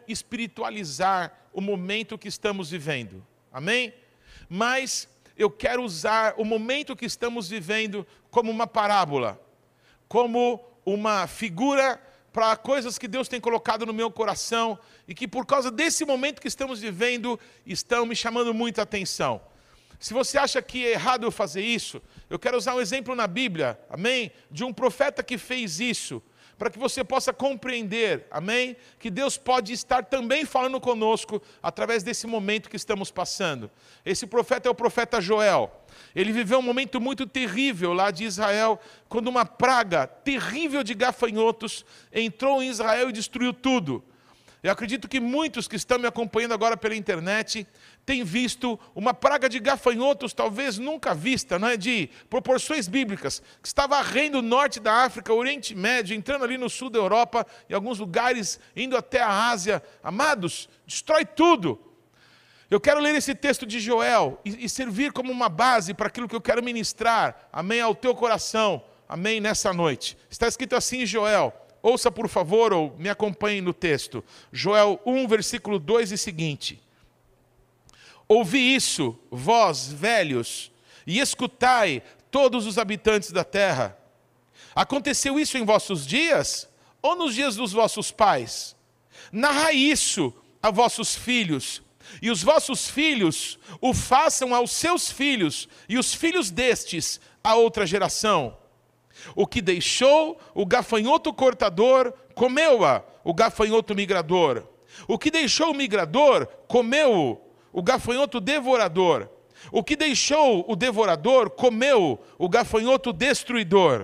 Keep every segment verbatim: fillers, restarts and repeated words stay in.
espiritualizar o momento que estamos vivendo. Amém? Mas eu quero usar o momento que estamos vivendo como uma parábola, como uma figura para coisas que Deus tem colocado no meu coração e que por causa desse momento que estamos vivendo, estão me chamando muita atenção. Se você acha que é errado eu fazer isso, eu quero usar um exemplo na Bíblia, amém? De um profeta que fez isso, para que você possa compreender, amém? Que Deus pode estar também falando conosco através desse momento que estamos passando. Esse profeta é o profeta Joel. Ele viveu um momento muito terrível lá de Israel, quando uma praga terrível de gafanhotos entrou em Israel e destruiu tudo. Eu acredito que muitos que estão me acompanhando agora pela internet têm visto uma praga de gafanhotos, talvez nunca vista, não é? De proporções bíblicas, que estava varrendo o norte da África, o Oriente Médio, entrando ali no sul da Europa, em alguns lugares, indo até a Ásia. Amados, destrói tudo. Eu quero ler esse texto de Joel e, e servir como uma base para aquilo que eu quero ministrar, amém, ao teu coração, amém, nessa noite. Está escrito assim em Joel. Ouça por favor, ou me acompanhe no texto. Joel um, versículo dois e seguinte. Ouvi isso, vós, velhos, e escutai, todos os habitantes da terra. Aconteceu isso em vossos dias, ou nos dias dos vossos pais? Narrai isso a vossos filhos, e os vossos filhos o façam aos seus filhos, e os filhos destes a outra geração. O que deixou o gafanhoto cortador, comeu-a, o gafanhoto migrador. O que deixou o migrador, comeu-o, o gafanhoto devorador. O que deixou o devorador, comeu-o, o gafanhoto destruidor.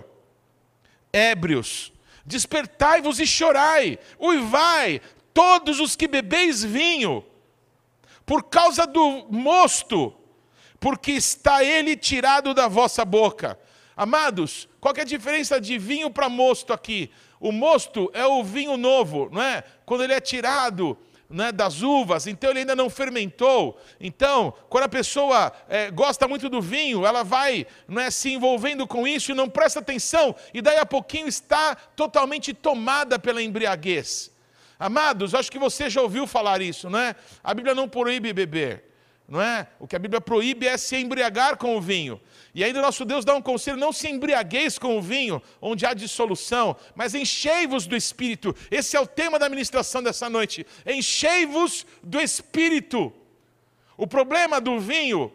Ébrios, despertai-vos e chorai, uivai, todos os que bebeis vinho, por causa do mosto, porque está ele tirado da vossa boca. Amados, qual que é a diferença de vinho para mosto aqui? O mosto é o vinho novo, não é? Quando ele é tirado, não é, das uvas, então ele ainda não fermentou. Então, quando a pessoa é, gosta muito do vinho, ela vai, não é, se envolvendo com isso e não presta atenção, e daí a pouquinho está totalmente tomada pela embriaguez. Amados, acho que você já ouviu falar isso, não é? A Bíblia não proíbe beber, não é? O que a Bíblia proíbe é se embriagar com o vinho. E ainda o nosso Deus dá um conselho: não se embriagueis com o vinho, onde há dissolução, mas enchei-vos do Espírito. Esse é o tema da ministração dessa noite. Enchei-vos do Espírito. O problema do vinho,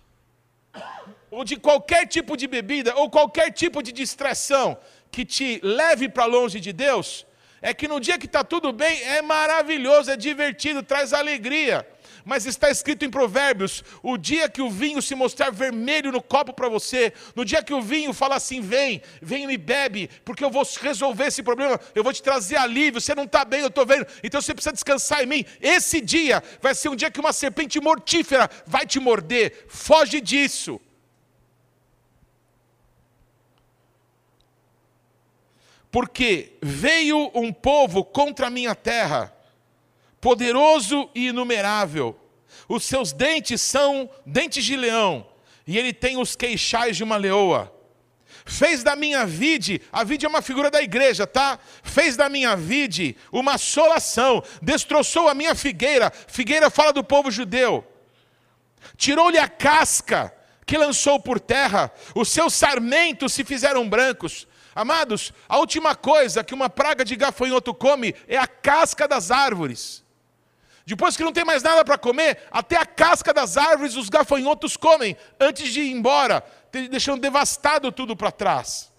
ou de qualquer tipo de bebida, ou qualquer tipo de distração que te leve para longe de Deus, é que no dia que está tudo bem, é maravilhoso, é divertido, traz alegria. Mas está escrito em Provérbios, o dia que o vinho se mostrar vermelho no copo para você, no dia que o vinho fala assim, vem, vem e bebe, porque eu vou resolver esse problema, eu vou te trazer alívio, você não está bem, eu estou vendo, então você precisa descansar em mim. Esse dia vai ser um dia que uma serpente mortífera vai te morder, foge disso. Porque veio um povo contra a minha terra, poderoso e inumerável. Os seus dentes são dentes de leão, e ele tem os queixais de uma leoa. Fez da minha vide, a vide é uma figura da igreja, tá? Fez da minha vide uma assolação, destroçou a minha figueira, figueira fala do povo judeu. Tirou-lhe a casca, que lançou por terra, os seus sarmentos se fizeram brancos. Amados, a última coisa que uma praga de gafanhoto come é a casca das árvores. Depois que não tem mais nada para comer, até a casca das árvores os gafanhotos comem, antes de ir embora, deixando devastado tudo para trás.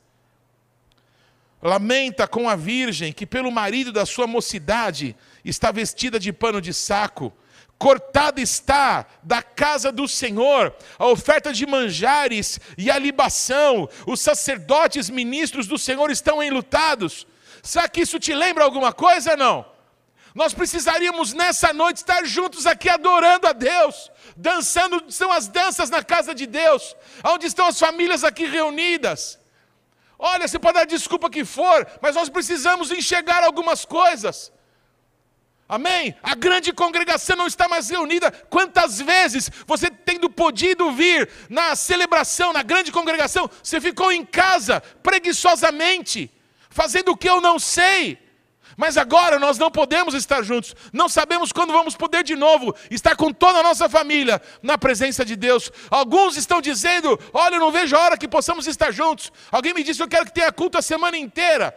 Lamenta com a virgem, que pelo marido da sua mocidade está vestida de pano de saco. Cortada está da casa do Senhor a oferta de manjares e a libação. Os sacerdotes ministros do Senhor estão enlutados. Será que isso te lembra alguma coisa, não? Nós precisaríamos nessa noite estar juntos aqui adorando a Deus, dançando, são as danças na casa de Deus, onde estão as famílias aqui reunidas. Olha, você pode dar desculpa que for, mas nós precisamos enxergar algumas coisas. Amém? A grande congregação não está mais reunida. Quantas vezes você tendo podido vir na celebração, na grande congregação, você ficou em casa, preguiçosamente, fazendo o que eu não sei. Mas agora nós não podemos estar juntos. Não sabemos quando vamos poder de novo estar com toda a nossa família na presença de Deus. Alguns estão dizendo, olha, eu não vejo a hora que possamos estar juntos. Alguém me disse, eu quero que tenha culto a semana inteira.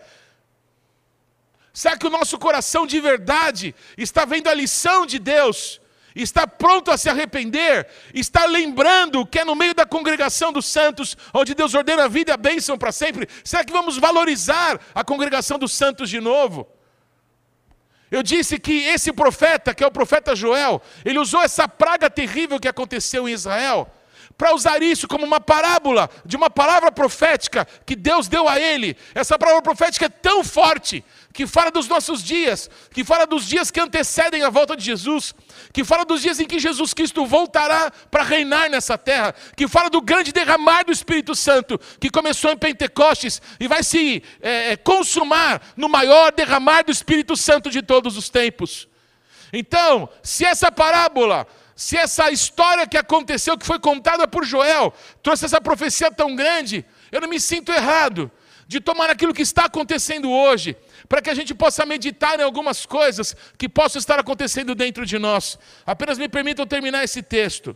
Será que o nosso coração de verdade está vendo a lição de Deus? Está pronto a se arrepender? Está lembrando que é no meio da congregação dos santos, onde Deus ordena a vida e a bênção para sempre? Será que vamos valorizar a congregação dos santos de novo? Eu disse que esse profeta, que é o profeta Joel, ele usou essa praga terrível que aconteceu em Israel, para usar isso como uma parábola de uma palavra profética que Deus deu a ele. Essa palavra profética é tão forte, que fala dos nossos dias, que fala dos dias que antecedem a volta de Jesus, que fala dos dias em que Jesus Cristo voltará para reinar nessa terra, que fala do grande derramar do Espírito Santo, que começou em Pentecostes e vai se é, consumar no maior derramar do Espírito Santo de todos os tempos. Então, se essa parábola, se essa história que aconteceu, que foi contada por Joel, trouxe essa profecia tão grande, eu não me sinto errado de tomar aquilo que está acontecendo hoje, para que a gente possa meditar em algumas coisas que possam estar acontecendo dentro de nós. Apenas me permitam terminar esse texto.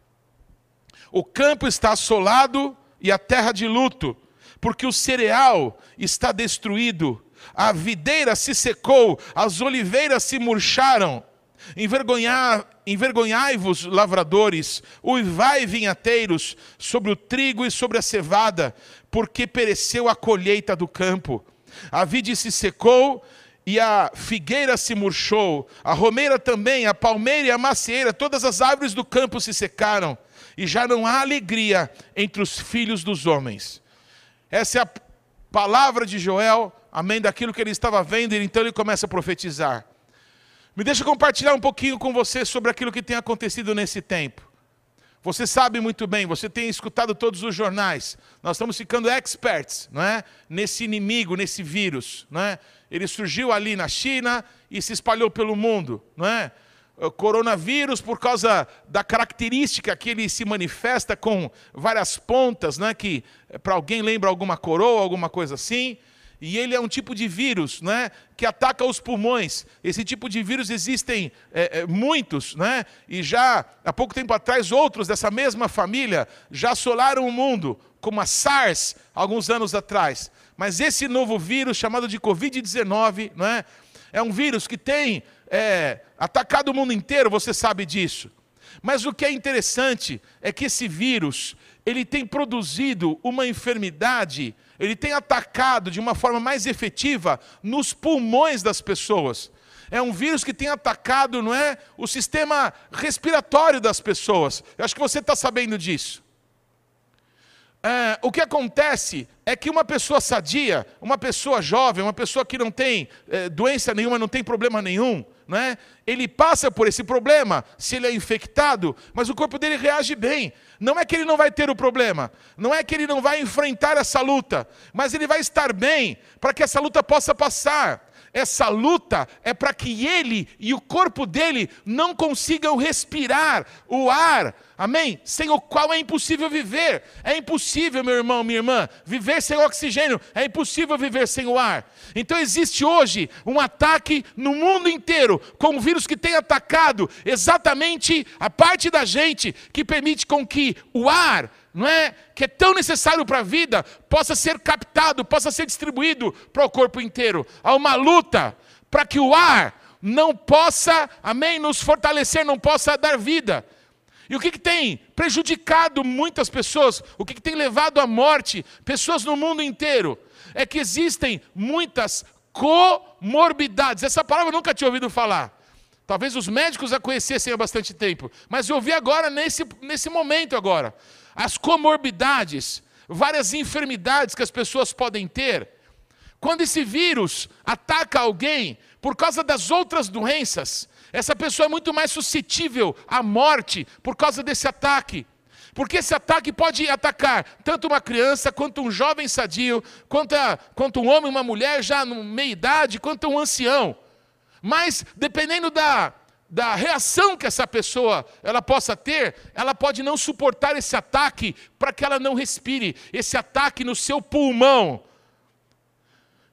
O campo está assolado e a terra de luto, porque o cereal está destruído, a videira se secou, as oliveiras se murcharam. Envergonhar, envergonhai-vos, lavradores, uivai, vinhateiros, sobre o trigo e sobre a cevada, porque pereceu a colheita do campo. A vide se secou e a figueira se murchou, a romeira também, a palmeira e a macieira, todas as árvores do campo se secaram, e já não há alegria entre os filhos dos homens. Essa é a palavra de Joel, amém, daquilo que ele estava vendo, e então ele começa a profetizar. Me deixa compartilhar um pouquinho com você sobre aquilo que tem acontecido nesse tempo. Você sabe muito bem, você tem escutado todos os jornais. Nós estamos ficando experts, não é? Nesse inimigo, nesse vírus, não é? Ele surgiu ali na China e se espalhou pelo mundo, não é? O coronavírus, por causa da característica que ele se manifesta com várias pontas, não é? Que para alguém lembra alguma coroa, alguma coisa assim. E ele é um tipo de vírus, né, que ataca os pulmões. Esse tipo de vírus existem é, é, muitos, né, e já há pouco tempo atrás outros dessa mesma família já assolaram o mundo, como a SARS, alguns anos atrás. Mas esse novo vírus, chamado de covid dezenove, né, é um vírus que tem é, atacado o mundo inteiro, você sabe disso. Mas o que é interessante é que esse vírus, ele tem produzido uma enfermidade, ele tem atacado de uma forma mais efetiva nos pulmões das pessoas. É um vírus que tem atacado, não é, o sistema respiratório das pessoas. Eu acho que você está sabendo disso. É, o que acontece é que uma pessoa sadia, uma pessoa jovem, uma pessoa que não tem é, doença nenhuma, não tem problema nenhum, não é? Ele passa por esse problema, se ele é infectado, mas o corpo dele reage bem. Não é que ele não vai ter o problema, não é que ele não vai enfrentar essa luta, mas ele vai estar bem para que essa luta possa passar. Essa luta é para que ele e o corpo dele não consigam respirar o ar, amém? Sem o qual é impossível viver. É impossível, meu irmão, minha irmã, viver sem oxigênio. É impossível viver sem o ar. Então existe hoje um ataque no mundo inteiro com um vírus que tem atacado exatamente a parte da gente que permite com que o ar, não é, que é tão necessário para a vida, possa ser captado, possa ser distribuído para o corpo inteiro. Há uma luta para que o ar não possa, amém, nos fortalecer, não possa dar vida. E o que, que tem prejudicado muitas pessoas, o que, que tem levado à morte pessoas no mundo inteiro, é que existem muitas comorbidades. Essa palavra eu nunca tinha ouvido falar. Talvez os médicos a conhecessem há bastante tempo, mas eu ouvi agora, nesse, nesse momento agora. As comorbidades, várias enfermidades que as pessoas podem ter. Quando esse vírus ataca alguém, por causa das outras doenças, essa pessoa é muito mais suscetível à morte por causa desse ataque. Porque esse ataque pode atacar tanto uma criança, quanto um jovem sadio, quanto, a, quanto um homem, uma mulher já na meia-idade, quanto um ancião. Mas, dependendo da... da reação que essa pessoa ela possa ter, ela pode não suportar esse ataque para que ela não respire, esse ataque no seu pulmão.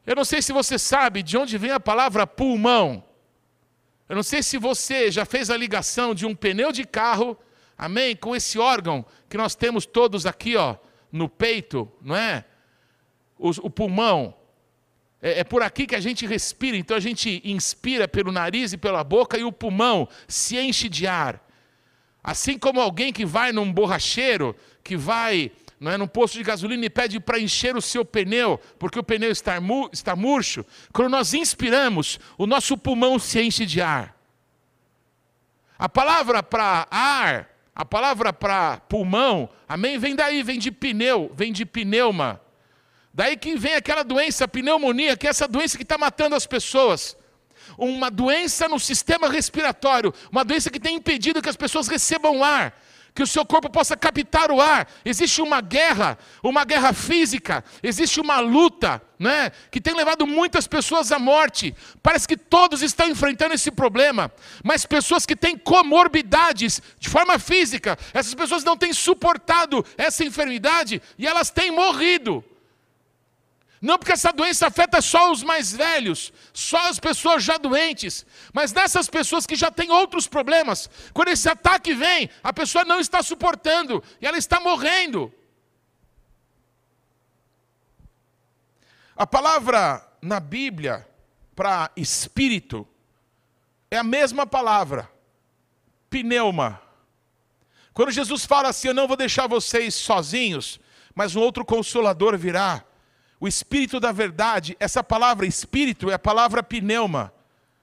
Eu não sei se você sabe de onde vem a palavra pulmão. Eu não sei se você já fez a ligação de um pneu de carro, amém, com esse órgão que nós temos todos aqui, ó, no peito, não é? O, o pulmão. É, é por aqui que a gente respira, então a gente inspira pelo nariz e pela boca e o pulmão se enche de ar. Assim como alguém que vai num borracheiro, que vai, não é, num posto de gasolina e pede para encher o seu pneu, porque o pneu está, mu está murcho, quando nós inspiramos, o nosso pulmão se enche de ar. A palavra para ar, a palavra para pulmão, amém, vem daí, vem de pneu, vem de pneuma. Daí que vem aquela doença, a pneumonia, que é essa doença que está matando as pessoas. Uma doença no sistema respiratório, uma doença que tem impedido que as pessoas recebam ar, que o seu corpo possa captar o ar. Existe uma guerra, uma guerra física, existe uma luta, né, que tem levado muitas pessoas à morte. Parece que todos estão enfrentando esse problema, mas pessoas que têm comorbidades de forma física, essas pessoas não têm suportado essa enfermidade e elas têm morrido. Não porque essa doença afeta só os mais velhos, só as pessoas já doentes, mas nessas pessoas que já têm outros problemas. Quando esse ataque vem, a pessoa não está suportando e ela está morrendo. A palavra na Bíblia para espírito é a mesma palavra, pneuma. Quando Jesus fala assim, eu não vou deixar vocês sozinhos, mas um outro consolador virá. O Espírito da verdade, essa palavra Espírito é a palavra pneuma.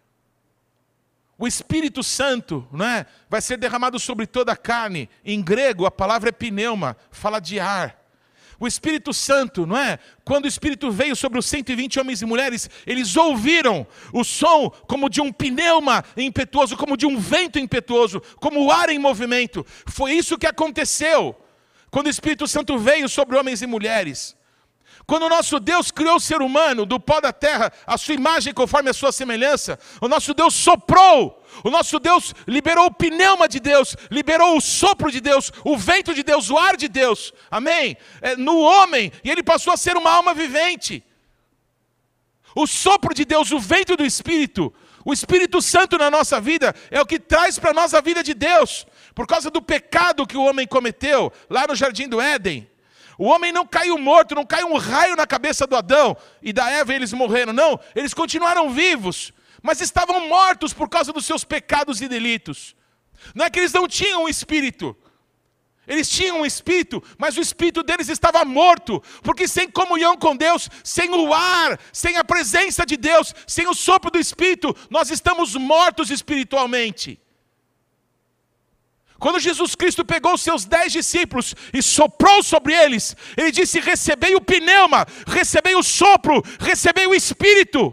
O Espírito Santo, não é? Vai ser derramado sobre toda a carne. Em grego, a palavra é pneuma, fala de ar. O Espírito Santo, não é? Quando o Espírito veio sobre os cento e vinte homens e mulheres, eles ouviram o som como de um pneuma impetuoso, como de um vento impetuoso, como o ar em movimento. Foi isso que aconteceu quando o Espírito Santo veio sobre homens e mulheres. Quando o nosso Deus criou o ser humano do pó da terra, a sua imagem conforme a sua semelhança, o nosso Deus soprou, o nosso Deus liberou o pneuma de Deus, liberou o sopro de Deus, o vento de Deus, o ar de Deus, amém? É, no homem, e ele passou a ser uma alma vivente. O sopro de Deus, o vento do Espírito, o Espírito Santo na nossa vida é o que traz para nós a vida de Deus, por causa do pecado que o homem cometeu lá no Jardim do Éden. O homem não caiu morto, não caiu um raio na cabeça do Adão e da Eva e eles morreram. Não, eles continuaram vivos, mas estavam mortos por causa dos seus pecados e delitos. Não é que eles não tinham um espírito. Eles tinham um espírito, mas o espírito deles estava morto. Porque sem comunhão com Deus, sem o ar, sem a presença de Deus, sem o sopro do Espírito, nós estamos mortos espiritualmente. Quando Jesus Cristo pegou os seus dez discípulos e soprou sobre eles, ele disse, recebei o pneuma, recebei o sopro, recebei o Espírito.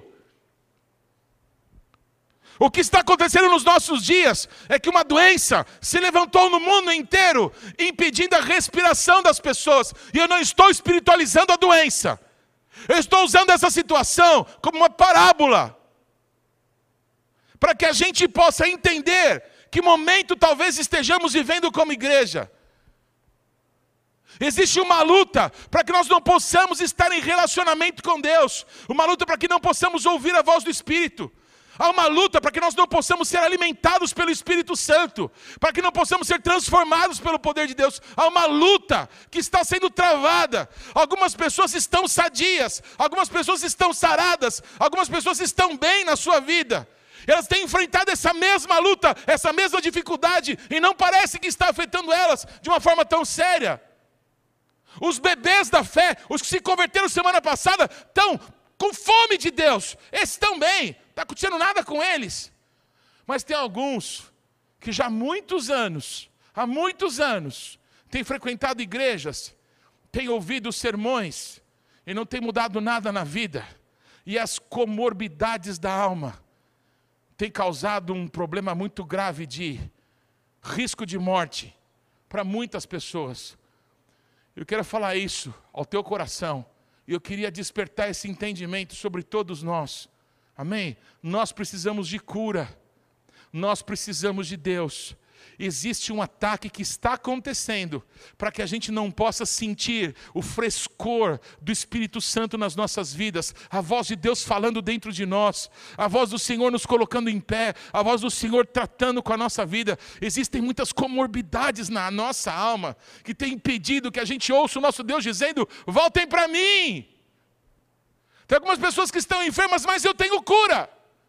O que está acontecendo nos nossos dias é que uma doença se levantou no mundo inteiro, impedindo a respiração das pessoas. E eu não estou espiritualizando a doença. Eu estou usando essa situação como uma parábola, para que a gente possa entender que momento talvez estejamos vivendo como igreja. Existe uma luta para que nós não possamos estar em relacionamento com Deus. Uma luta para que não possamos ouvir a voz do Espírito. Há uma luta para que nós não possamos ser alimentados pelo Espírito Santo. Para que não possamos ser transformados pelo poder de Deus. Há uma luta que está sendo travada. Algumas pessoas estão sadias. Algumas pessoas estão saradas. Algumas pessoas estão bem na sua vida. Elas têm enfrentado essa mesma luta, essa mesma dificuldade, e não parece que está afetando elas de uma forma tão séria. Os bebês da fé, os que se converteram semana passada, estão com fome de Deus. Esses estão bem, não está acontecendo nada com eles. Mas tem alguns que já há muitos anos, há muitos anos, têm frequentado igrejas, têm ouvido sermões, e não tem mudado nada na vida. E as comorbidades da alma tem causado um problema muito grave de risco de morte para muitas pessoas. Eu quero falar isso ao teu coração, e eu queria despertar esse entendimento sobre todos nós. Amém? Nós precisamos de cura, nós precisamos de Deus. existe um ataque que está acontecendo para que a gente não possa sentir o frescor do Espírito Santo nas nossas vidas, a voz de Deus falando dentro de nós, a voz do Senhor nos colocando em pé, a voz do Senhor tratando com a nossa vida. Existem muitas comorbidades na nossa alma que tem impedido que a gente ouça o nosso Deus dizendo: voltem para mim. Tem algumas pessoas que estão enfermas, mas eu tenho cura.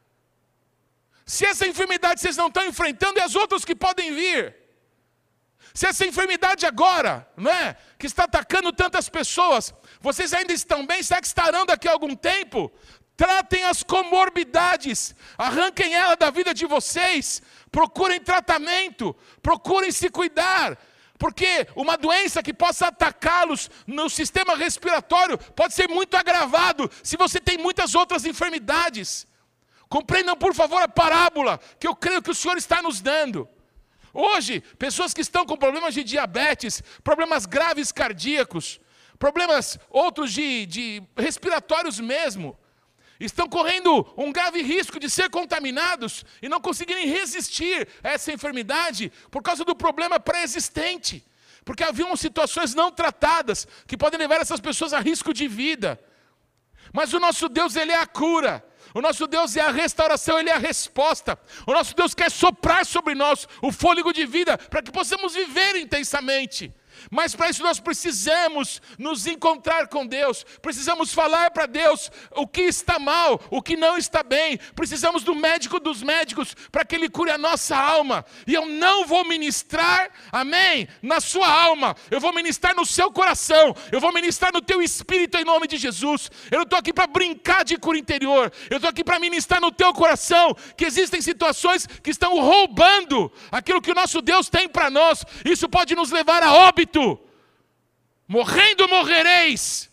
Se essa enfermidade vocês não estão enfrentando, e as outras que podem vir. Se essa enfermidade agora, não é, que está atacando tantas pessoas, vocês ainda estão bem, será que estarão daqui a algum tempo? Tratem as comorbidades, arranquem ela da vida de vocês, procurem tratamento, procurem se cuidar, porque uma doença que possa atacá-los no sistema respiratório pode ser muito agravado se você tem muitas outras enfermidades. Compreendam, por favor, a parábola que eu creio que o Senhor está nos dando. Hoje, pessoas que estão com problemas de diabetes, problemas graves cardíacos, problemas outros de, de respiratórios mesmo, estão correndo um grave risco de ser contaminados e não conseguirem resistir a essa enfermidade por causa do problema pré-existente. Porque haviam situações não tratadas que podem levar essas pessoas a risco de vida. Mas o nosso Deus, Ele é a cura. O nosso Deus é a restauração, Ele é a resposta. O nosso Deus quer soprar sobre nós o fôlego de vida para que possamos viver intensamente. Mas para isso nós precisamos nos encontrar com Deus, precisamos falar para Deus o que está mal, o que não está bem, precisamos do médico dos médicos para que Ele cure a nossa alma. E eu não vou ministrar, amém, na sua alma, eu vou ministrar no seu coração, eu vou ministrar no teu espírito em nome de Jesus. Eu não estou aqui para brincar de cura interior, eu estou aqui para ministrar no teu coração que existem situações que estão roubando aquilo que o nosso Deus tem para nós. Isso pode nos levar a óbito. Morrendo morrereis.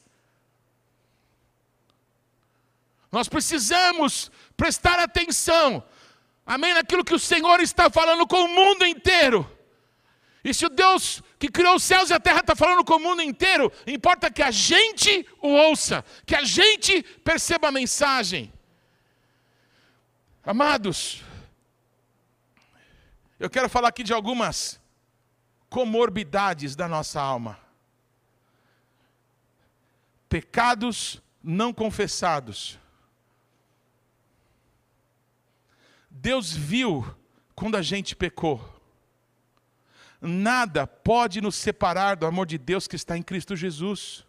Nós precisamos prestar atenção, amém, naquilo que o Senhor está falando com o mundo inteiro. E se o Deus que criou os céus e a terra está falando com o mundo inteiro, importa que a gente o ouça, que a gente perceba a mensagem. Amados, eu quero falar aqui de algumas comorbidades da nossa alma. Pecados não confessados. Deus viu quando a gente pecou. Nada pode nos separar do amor de Deus que está em Cristo Jesus.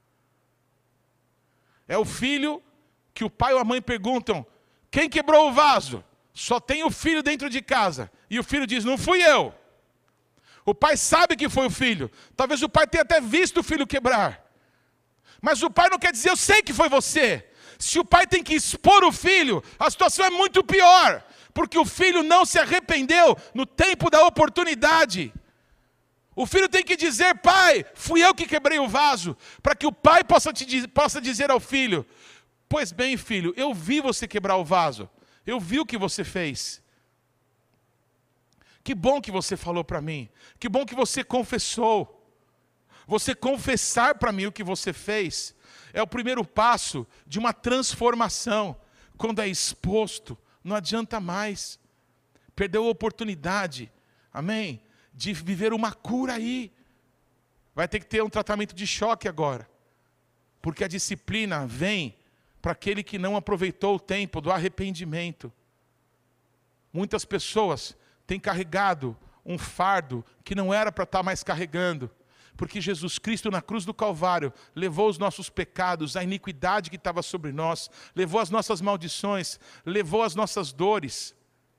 É o filho que o pai ou a mãe perguntam: quem quebrou o vaso? Só tem o filho dentro de casa. E o filho diz: não fui eu. O pai sabe que foi o filho. Talvez o pai tenha até visto o filho quebrar. Mas o pai não quer dizer: eu sei que foi você. Se o pai tem que expor o filho, a situação é muito pior. Porque o filho não se arrependeu no tempo da oportunidade. O filho tem que dizer: pai, fui eu que quebrei o vaso. Para que o pai possa, te, possa dizer ao filho: pois bem, filho, eu vi você quebrar o vaso. Eu vi o que você fez. Que bom que você falou para mim. Que bom que você confessou. Você confessar para mim o que você fez é o primeiro passo de uma transformação. Quando é exposto, não adianta mais. Perdeu a oportunidade, amém, de viver uma cura aí. Vai ter que ter um tratamento de choque agora. Porque a disciplina vem para aquele que não aproveitou o tempo do arrependimento. Muitas pessoas têm carregado um fardo que não era para estar mais carregando. Porque Jesus Cristo na cruz do Calvário levou os nossos pecados, a iniquidade que estava sobre nós, levou as nossas maldições, levou as nossas dores.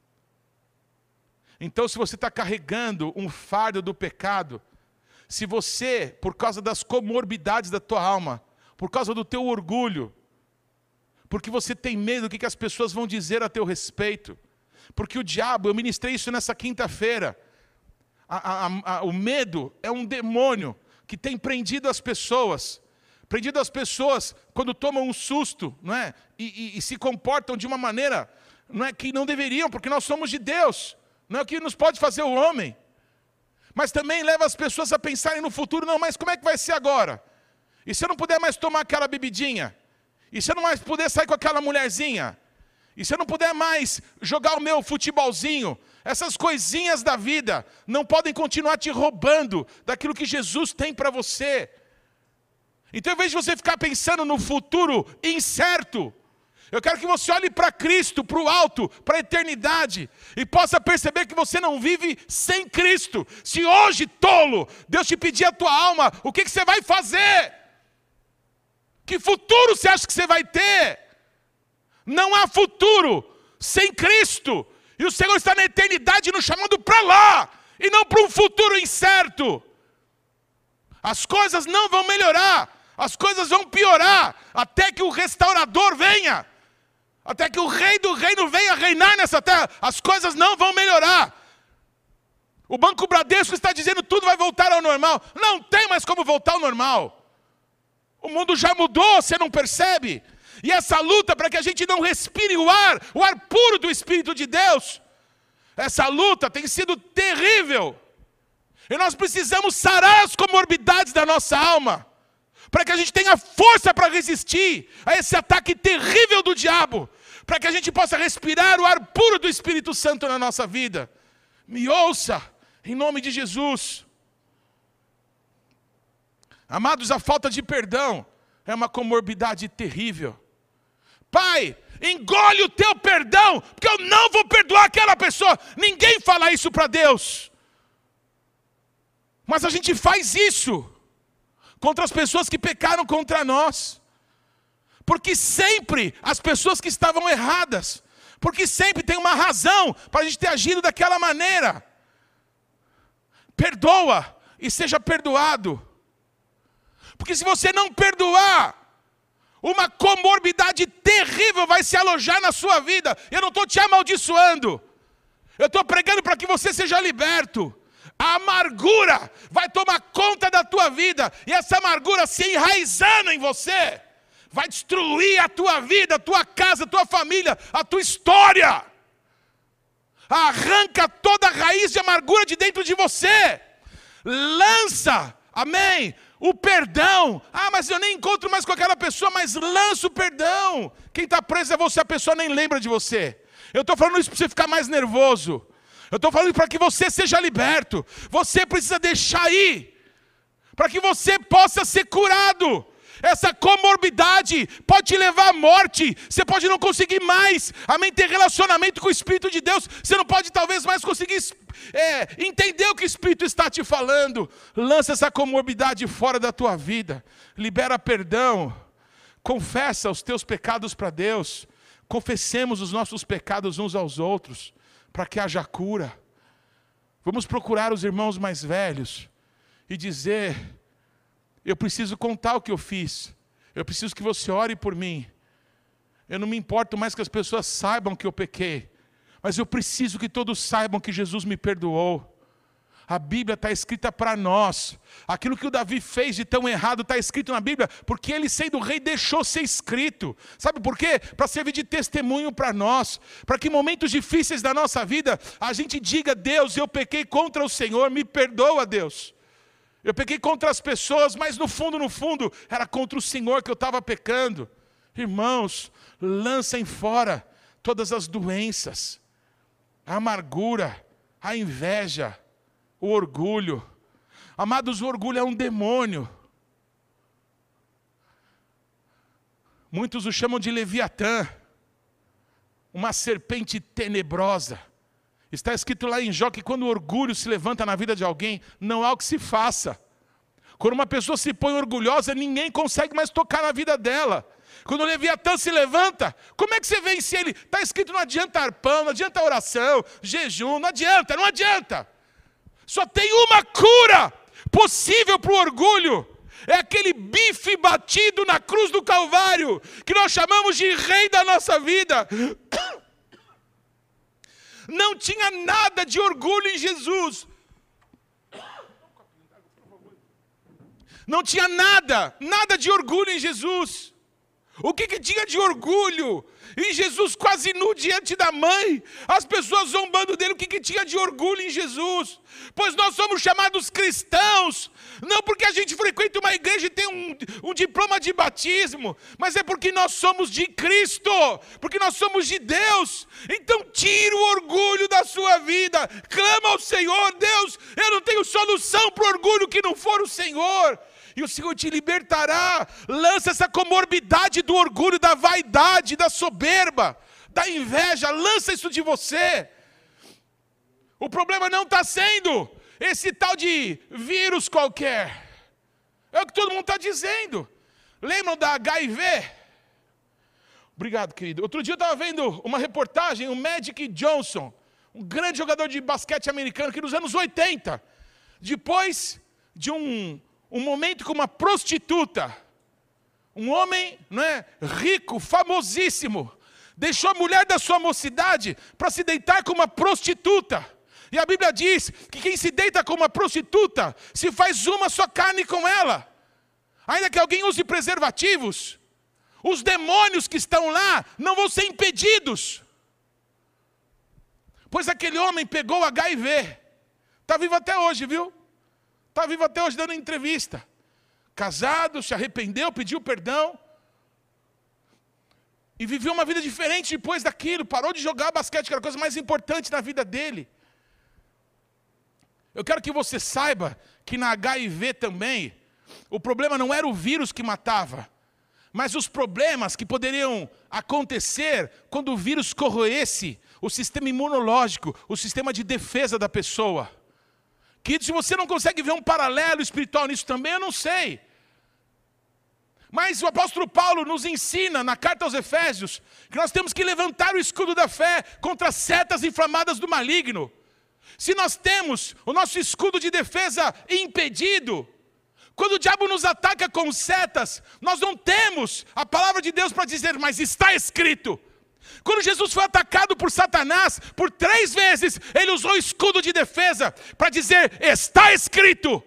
Então, se você está carregando um fardo do pecado, se você, por causa das comorbidades da tua alma, por causa do teu orgulho, porque você tem medo do que as pessoas vão dizer a teu respeito, porque o diabo, eu ministrei isso nessa quinta-feira, A, a, a, o medo é um demônio que tem prendido as pessoas, prendido as pessoas quando tomam um susto, não é? E, e, e se comportam de uma maneira, não é, que não deveriam, porque nós somos de Deus, não é o que nos pode fazer o homem. Mas também leva as pessoas a pensarem no futuro: não, mas como é que vai ser agora? E se eu não puder mais tomar aquela bebidinha? E se eu não mais puder sair com aquela mulherzinha? e se eu não puder mais jogar o meu futebolzinho, essas coisinhas da vida não podem continuar te roubando daquilo que Jesus tem para você. Então, em vez de você ficar pensando no futuro incerto, eu quero que você olhe para Cristo, para o alto, para a eternidade, e possa perceber que você não vive sem Cristo. Se hoje, tolo, Deus te pedir a tua alma, o que, que você vai fazer? Que futuro você acha que você vai ter? Não há futuro sem Cristo. E o Senhor está na eternidade nos chamando para lá, e não para um futuro incerto. As coisas não vão melhorar, as coisas vão piorar, até que o restaurador venha. Até que o rei do reino venha reinar nessa terra, as coisas não vão melhorar. O Banco Bradesco está dizendo que tudo vai voltar ao normal. Não tem mais como voltar ao normal. O mundo já mudou, você não percebe? E essa luta para que a gente não respire o ar, o ar puro do Espírito de Deus, essa luta tem sido terrível. E nós precisamos sarar as comorbidades da nossa alma, para que a gente tenha força para resistir a esse ataque terrível do diabo, para que a gente possa respirar o ar puro do Espírito Santo na nossa vida. Me ouça, em nome de Jesus. Amados, a falta de perdão é uma comorbidade terrível. Pai, engole o teu perdão, porque eu não vou perdoar aquela pessoa. Ninguém fala isso para Deus. Mas a gente faz isso contra as pessoas que pecaram contra nós. Porque sempre as pessoas que estavam erradas, porque sempre tem uma razão para a gente ter agido daquela maneira. Perdoa e seja perdoado. Porque se você não perdoar, uma comorbidade terrível vai se alojar na sua vida. Eu não estou te amaldiçoando, eu estou pregando para que você seja liberto. A amargura vai tomar conta da tua vida, e essa amargura se enraizando em você, vai destruir a tua vida, a tua casa, a tua família, a tua história. Arranca toda a raiz de amargura de dentro de você. Lança, amém, o perdão. Ah, mas eu nem encontro mais com aquela pessoa, mas lança o perdão. Quem está preso é você, a pessoa nem lembra de você. Eu estou falando isso para você ficar mais nervoso. Eu estou falando para que você seja liberto. Você precisa deixar ir, para que você possa ser curado. Essa comorbidade pode te levar à morte. Você pode não conseguir mais, amém, ter relacionamento com o Espírito de Deus. Você não pode talvez mais conseguir é, entender o que o Espírito está te falando. Lança essa comorbidade fora da tua vida. Libera perdão. Confessa os teus pecados para Deus. Confessemos os nossos pecados uns aos outros, para que haja cura. Vamos procurar os irmãos mais velhos e dizer: eu preciso contar o que eu fiz, eu preciso que você ore por mim. Eu não me importo mais que as pessoas saibam que eu pequei, mas eu preciso que todos saibam que Jesus me perdoou. A Bíblia está escrita para nós. Aquilo que o Davi fez de tão errado está escrito na Bíblia, porque ele, sendo rei, deixou ser escrito. Sabe por quê? Para servir de testemunho para nós, para que em momentos difíceis da nossa vida, a gente diga: Deus, eu pequei contra o Senhor, me perdoa, Deus. Eu pequei contra as pessoas, mas no fundo, no fundo, era contra o Senhor que eu estava pecando. Irmãos, lancem fora todas as doenças, a amargura, a inveja, o orgulho. Amados, o orgulho é um demônio. Muitos o chamam de Leviatã, uma serpente tenebrosa. Está escrito lá em Jó que quando o orgulho se levanta na vida de alguém, não há o que se faça. Quando uma pessoa se põe orgulhosa, ninguém consegue mais tocar na vida dela. Quando o Leviatã se levanta, como é que você vence ele? Está escrito: não adianta arpão, não adianta oração, jejum, não adianta, não adianta. Só tem uma cura possível para o orgulho. É aquele bife batido na cruz do Calvário, que nós chamamos de rei da nossa vida. Não tinha nada de orgulho em Jesus. Não tinha nada, nada de orgulho em Jesus. O que, que tinha de orgulho? Em Jesus quase nu diante da mãe, as pessoas zombando dele, o que, que tinha de orgulho em Jesus? Pois nós somos chamados cristãos, não porque a gente frequenta uma igreja e tem um, um diploma de batismo, mas é porque nós somos de Cristo, porque nós somos de Deus. Então tira o orgulho da sua vida, clama ao Senhor: Deus, eu não tenho solução para o orgulho que não for o Senhor. E o Senhor te libertará. Lança essa comorbidade do orgulho, da vaidade, da soberba, da inveja. Lança isso de você. O problema não está sendo esse tal de vírus qualquer. É o que todo mundo está dizendo. Lembram da H I V? Obrigado, querido. Outro dia eu estava vendo uma reportagem, o Magic Johnson, um grande jogador de basquete americano que nos anos oitenta, depois de um... um momento com uma prostituta, um homem, não é, rico, famosíssimo, deixou a mulher da sua mocidade para se deitar com uma prostituta. E a Bíblia diz que quem se deita com uma prostituta, se faz uma só carne com ela. Ainda que alguém use preservativos, os demônios que estão lá não vão ser impedidos. Pois aquele homem pegou H I V, está vivo até hoje, viu? Está vivo até hoje dando entrevista. Casado, se arrependeu, pediu perdão. E viveu uma vida diferente depois daquilo. Parou de jogar basquete, que era a coisa mais importante na vida dele. Eu quero que você saiba que na H I V também, o problema não era o vírus que matava, mas os problemas que poderiam acontecer quando o vírus corroesse o sistema imunológico, o sistema de defesa da pessoa. Que se você não consegue ver um paralelo espiritual nisso também, eu não sei. Mas o apóstolo Paulo nos ensina na carta aos Efésios que nós temos que levantar o escudo da fé contra as setas inflamadas do maligno. Se nós temos o nosso escudo de defesa impedido, quando o diabo nos ataca com setas, nós não temos a palavra de Deus para dizer: mas está escrito. Quando Jesus foi atacado por Satanás, por três vezes, ele usou o escudo de defesa para dizer: está escrito.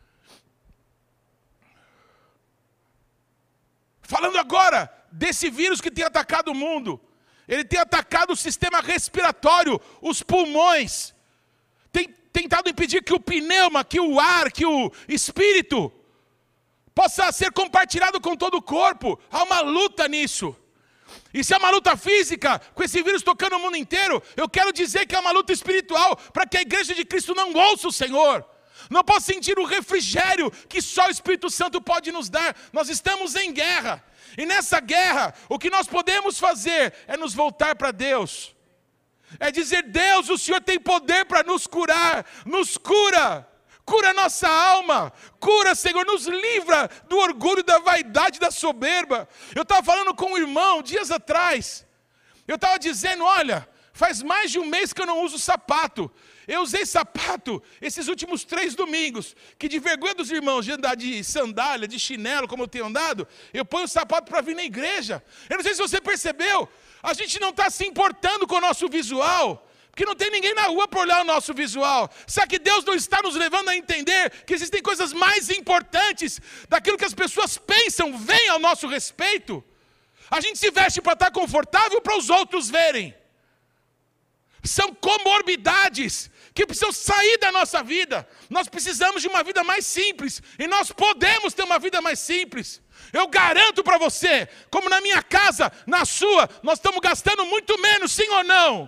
Falando agora desse vírus que tem atacado o mundo, ele tem atacado o sistema respiratório, os pulmões, tem tentado impedir que o pneuma, que o ar, que o espírito possa ser compartilhado com todo o corpo. Há uma luta nisso. E se é uma luta física, com esse vírus tocando o mundo inteiro, eu quero dizer que é uma luta espiritual, para que a igreja de Cristo não ouça o Senhor. Não possa sentir o refrigério que só o Espírito Santo pode nos dar. Nós estamos em guerra. E nessa guerra, o que nós podemos fazer é nos voltar para Deus. É dizer: Deus, o Senhor tem poder para nos curar. Nos cura. Cura nossa alma, cura, Senhor, nos livra do orgulho, da vaidade, da soberba. Eu estava falando com um irmão dias atrás, eu estava dizendo: olha, faz mais de um mês que eu não uso sapato. Eu usei sapato esses últimos três domingos, que de vergonha dos irmãos de andar de sandália, de chinelo, como eu tenho andado, eu ponho o sapato para vir na igreja. Eu não sei se você percebeu, a gente não está se importando com o nosso visual, porque não tem ninguém na rua para olhar o nosso visual. Será que Deus não está nos levando a entender que existem coisas mais importantes daquilo que as pessoas pensam, vêm ao nosso respeito? A gente se veste para estar confortável para os outros verem. São comorbidades que precisam sair da nossa vida. Nós precisamos de uma vida mais simples, e nós podemos ter uma vida mais simples. Eu garanto para você, como na minha casa, na sua, nós estamos gastando muito menos, sim ou não?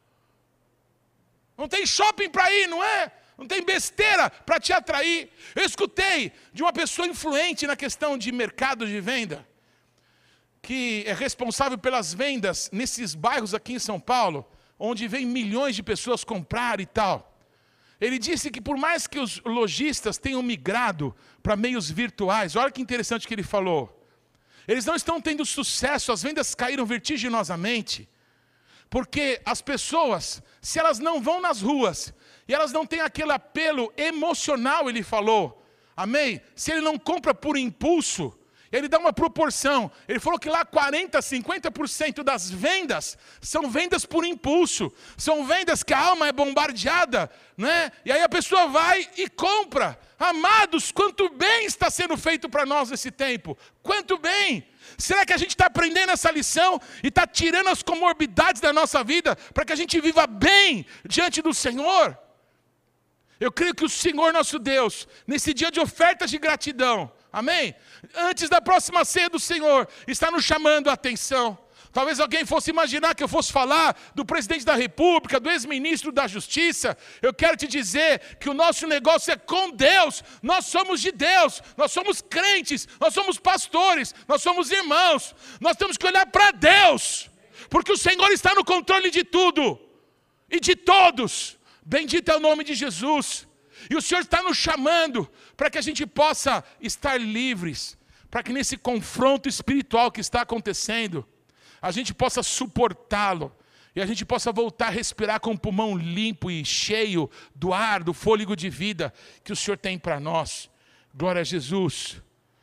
Não tem shopping para ir, não é? Não tem besteira para te atrair. Eu escutei de uma pessoa influente na questão de mercado de venda, que é responsável pelas vendas nesses bairros aqui em São Paulo, onde vem milhões de pessoas comprar e tal. Ele disse que por mais que os lojistas tenham migrado para meios virtuais, olha que interessante que ele falou, eles não estão tendo sucesso, as vendas caíram vertiginosamente, porque as pessoas, se elas não vão nas ruas, e elas não têm aquele apelo emocional, ele falou, amém? Se ele não compra por impulso, ele dá uma proporção. Ele falou que lá quarenta, cinquenta por cento das vendas são vendas por impulso. São vendas que a alma é bombardeada, né? E aí a pessoa vai e compra. Amados, quanto bem está sendo feito para nós nesse tempo. Quanto bem. Será que a gente está aprendendo essa lição e está tirando as comorbidades da nossa vida para que a gente viva bem diante do Senhor? Eu creio que o Senhor nosso Deus, nesse dia de ofertas de gratidão, amém? Antes da próxima ceia do Senhor, está nos chamando a atenção. Talvez alguém fosse imaginar que eu fosse falar do presidente da República, do ex-ministro da Justiça. Eu quero te dizer que o nosso negócio é com Deus. Nós somos de Deus, nós somos crentes, nós somos pastores, nós somos irmãos. Nós temos que olhar para Deus, porque o Senhor está no controle de tudo e de todos. Bendito é o nome de Jesus. E o Senhor está nos chamando para que a gente possa estar livres, para que nesse confronto espiritual que está acontecendo, a gente possa suportá-lo e a gente possa voltar a respirar com o pulmão limpo e cheio do ar, do fôlego de vida que o Senhor tem para nós. Glória a Jesus.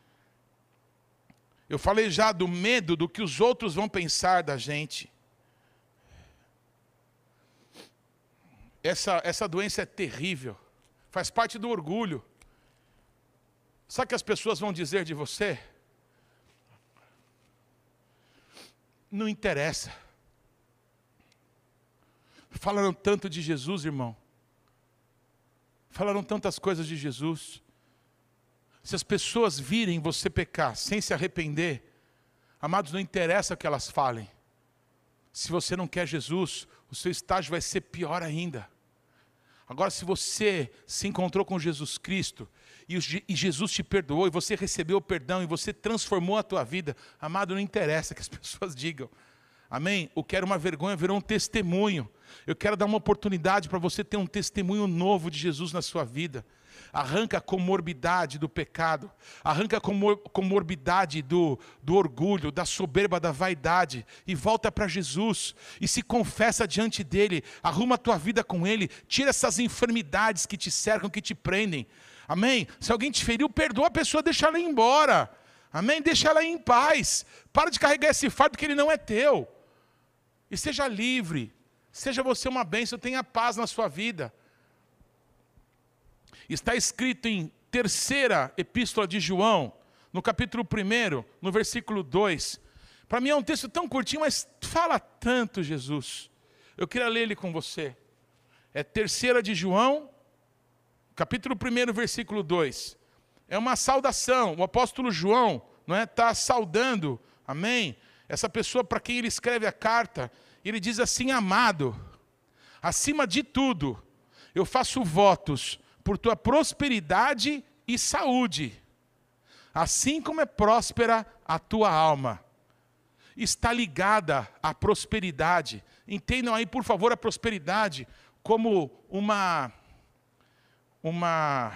Eu falei já do medo do que os outros vão pensar da gente. Essa, essa doença é terrível, faz parte do orgulho. Sabe o que as pessoas vão dizer de você? Não interessa. Falaram tanto de Jesus, irmão. Falaram tantas coisas de Jesus. Se as pessoas virem você pecar sem se arrepender, amados, não interessa o que elas falem. Se você não quer Jesus, o seu estágio vai ser pior ainda. Agora, se você se encontrou com Jesus Cristo, e Jesus te perdoou, e você recebeu o perdão, e você transformou a tua vida, amado, não interessa que as pessoas digam. Amém? O que era uma vergonha virou um testemunho. Eu quero dar uma oportunidade para você ter um testemunho novo de Jesus na sua vida. Arranca a comorbidade do pecado, arranca a comor comorbidade do, do orgulho, da soberba, da vaidade, e volta para Jesus, e se confessa diante dEle, arruma a tua vida com Ele, tira essas enfermidades que te cercam, que te prendem, amém? Se alguém te feriu, perdoa a pessoa, deixa ela ir embora, amém? Deixa ela ir em paz, para de carregar esse fardo que ele não é teu, e seja livre, seja você uma bênção, tenha paz na sua vida. Está escrito em terceira epístola de João, no capítulo primeiro, no versículo dois. Para mim é um texto tão curtinho, mas fala tanto, Jesus. Eu queria ler ele com você. É terceira de João, capítulo primeiro, versículo dois. É uma saudação. O apóstolo João, não é, está saudando, amém? Essa pessoa para quem ele escreve a carta, ele diz assim: amado, acima de tudo, eu faço votos por tua prosperidade e saúde, assim como é próspera a tua alma. Está ligada à prosperidade. Entendam aí, por favor, a prosperidade como uma, uma,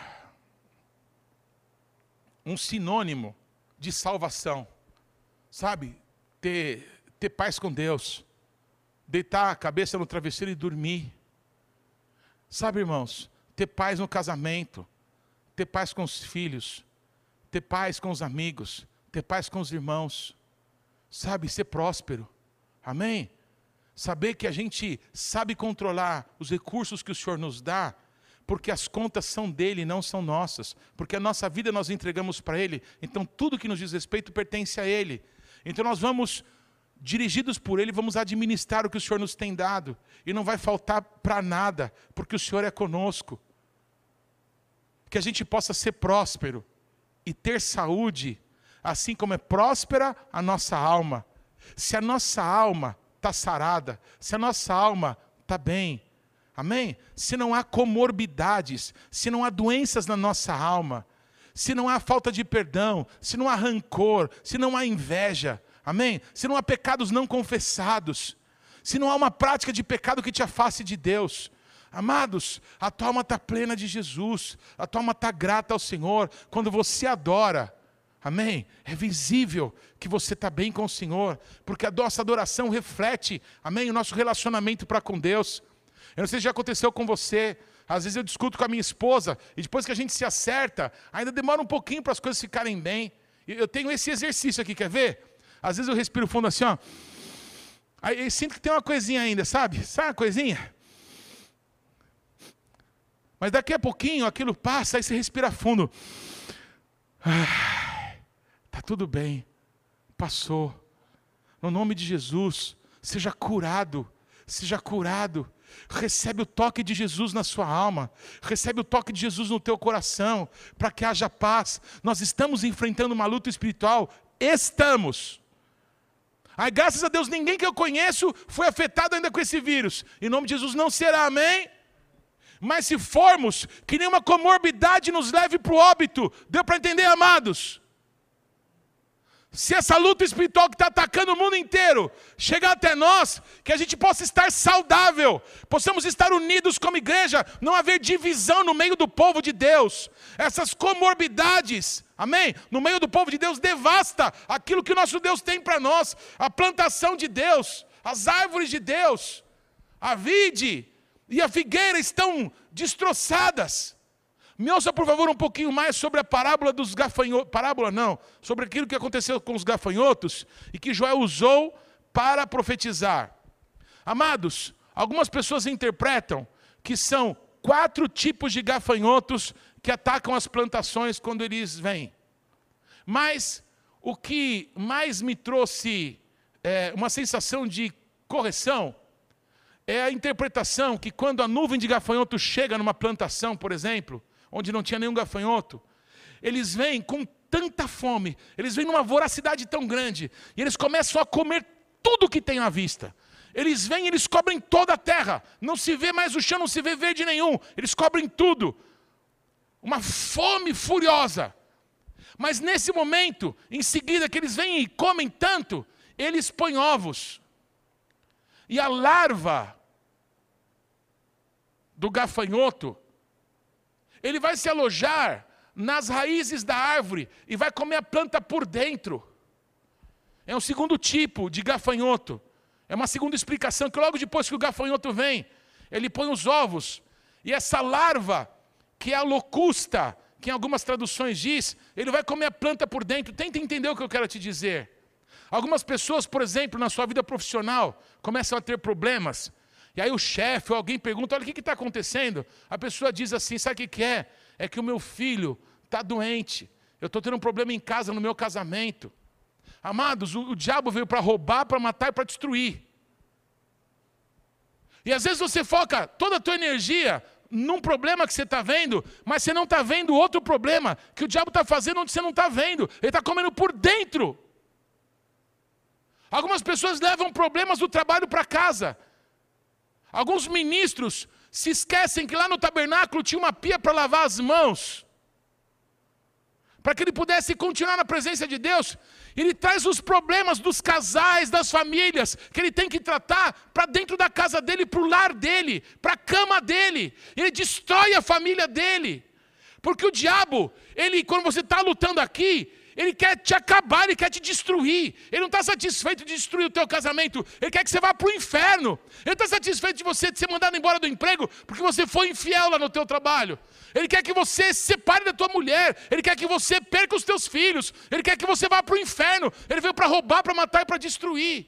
um sinônimo de salvação. Sabe? Ter, ter paz com Deus. Deitar a cabeça no travesseiro e dormir. Sabe, irmãos? Ter paz no casamento, ter paz com os filhos, ter paz com os amigos, ter paz com os irmãos, sabe, ser próspero, amém? Saber que a gente sabe controlar os recursos que o Senhor nos dá, porque as contas são dele, não são nossas, porque a nossa vida nós entregamos para Ele, então tudo que nos diz respeito pertence a Ele, então nós vamos, dirigidos por Ele, vamos administrar o que o Senhor nos tem dado, e não vai faltar para nada, porque o Senhor é conosco. Que a gente possa ser próspero e ter saúde, assim como é próspera a nossa alma. Se a nossa alma está sarada, se a nossa alma está bem, amém? Se não há comorbidades, se não há doenças na nossa alma, se não há falta de perdão, se não há rancor, se não há inveja, amém? Se não há pecados não confessados, se não há uma prática de pecado que te afaste de Deus, amados, a tua alma está plena de Jesus, a tua alma está grata ao Senhor, quando você adora, amém? É visível que você está bem com o Senhor, porque a nossa adoração reflete, amém? O nosso relacionamento para com Deus. Eu não sei se já aconteceu com você, às vezes eu discuto com a minha esposa, e depois que a gente se acerta, ainda demora um pouquinho para as coisas ficarem bem. Eu tenho esse exercício aqui, quer ver? Às vezes eu respiro fundo assim, ó, aí eu sinto que tem uma coisinha ainda, sabe? Sabe uma coisinha? Mas daqui a pouquinho aquilo passa, aí você respira fundo. Ah, tá tudo bem, passou. No nome de Jesus, seja curado, seja curado. Recebe o toque de Jesus na sua alma, recebe o toque de Jesus no teu coração, para que haja paz. Nós estamos enfrentando uma luta espiritual, estamos. Ai, graças a Deus, ninguém que eu conheço foi afetado ainda com esse vírus. Em nome de Jesus não será, amém? Mas se formos, que nenhuma comorbidade nos leve para o óbito. Deu para entender, amados? Se essa luta espiritual que está atacando o mundo inteiro chegar até nós, que a gente possa estar saudável, possamos estar unidos como igreja, não haver divisão no meio do povo de Deus. Essas comorbidades, amém? No meio do povo de Deus devasta aquilo que o nosso Deus tem para nós, a plantação de Deus, as árvores de Deus, a vide e a figueira estão destroçadas. Me ouça, por favor, um pouquinho mais sobre a parábola dos gafanhotos. Parábola não, sobre aquilo que aconteceu com os gafanhotos e que Joel usou para profetizar. Amados, algumas pessoas interpretam que são quatro tipos de gafanhotos que atacam as plantações quando eles vêm. Mas o que mais me trouxe é, uma sensação de correção é a interpretação que quando a nuvem de gafanhoto chega numa plantação, por exemplo, onde não tinha nenhum gafanhoto, eles vêm com tanta fome, eles vêm numa voracidade tão grande, e eles começam a comer tudo que tem à vista. Eles vêm e eles cobrem toda a terra, não se vê mais o chão, não se vê verde nenhum, eles cobrem tudo. Uma fome furiosa. Mas nesse momento, em seguida que eles vêm e comem tanto, eles põem ovos. E a larva do gafanhoto, ele vai se alojar nas raízes da árvore e vai comer a planta por dentro. É um segundo tipo de gafanhoto. É uma segunda explicação, que logo depois que o gafanhoto vem, ele põe os ovos. E essa larva, que é a locusta, que em algumas traduções diz, ele vai comer a planta por dentro. Tenta entender o que eu quero te dizer. Algumas pessoas, por exemplo, na sua vida profissional, começam a ter problemas. E aí o chefe ou alguém pergunta, olha, o que está acontecendo? A pessoa diz assim, sabe o que, que é? É que o meu filho está doente. Eu estou tendo um problema em casa, no meu casamento. Amados, o, o diabo veio para roubar, para matar e para destruir. E às vezes você foca toda a tua energia num problema que você está vendo, mas você não está vendo outro problema que o diabo está fazendo onde você não está vendo. Ele está comendo por dentro. Algumas pessoas levam problemas do trabalho para casa. Alguns ministros se esquecem que lá no tabernáculo tinha uma pia para lavar as mãos. Para que ele pudesse continuar na presença de Deus. Ele traz os problemas dos casais, das famílias, que ele tem que tratar para dentro da casa dele, para o lar dele, para a cama dele. Ele destrói a família dele. Porque o diabo, ele, quando você está lutando aqui, ele quer te acabar, ele quer te destruir. Ele não está satisfeito de destruir o teu casamento. Ele quer que você vá para o inferno. Ele está satisfeito de você de ser mandado embora do emprego porque você foi infiel lá no teu trabalho. Ele quer que você se separe da tua mulher. Ele quer que você perca os teus filhos. Ele quer que você vá para o inferno. Ele veio para roubar, para matar e para destruir.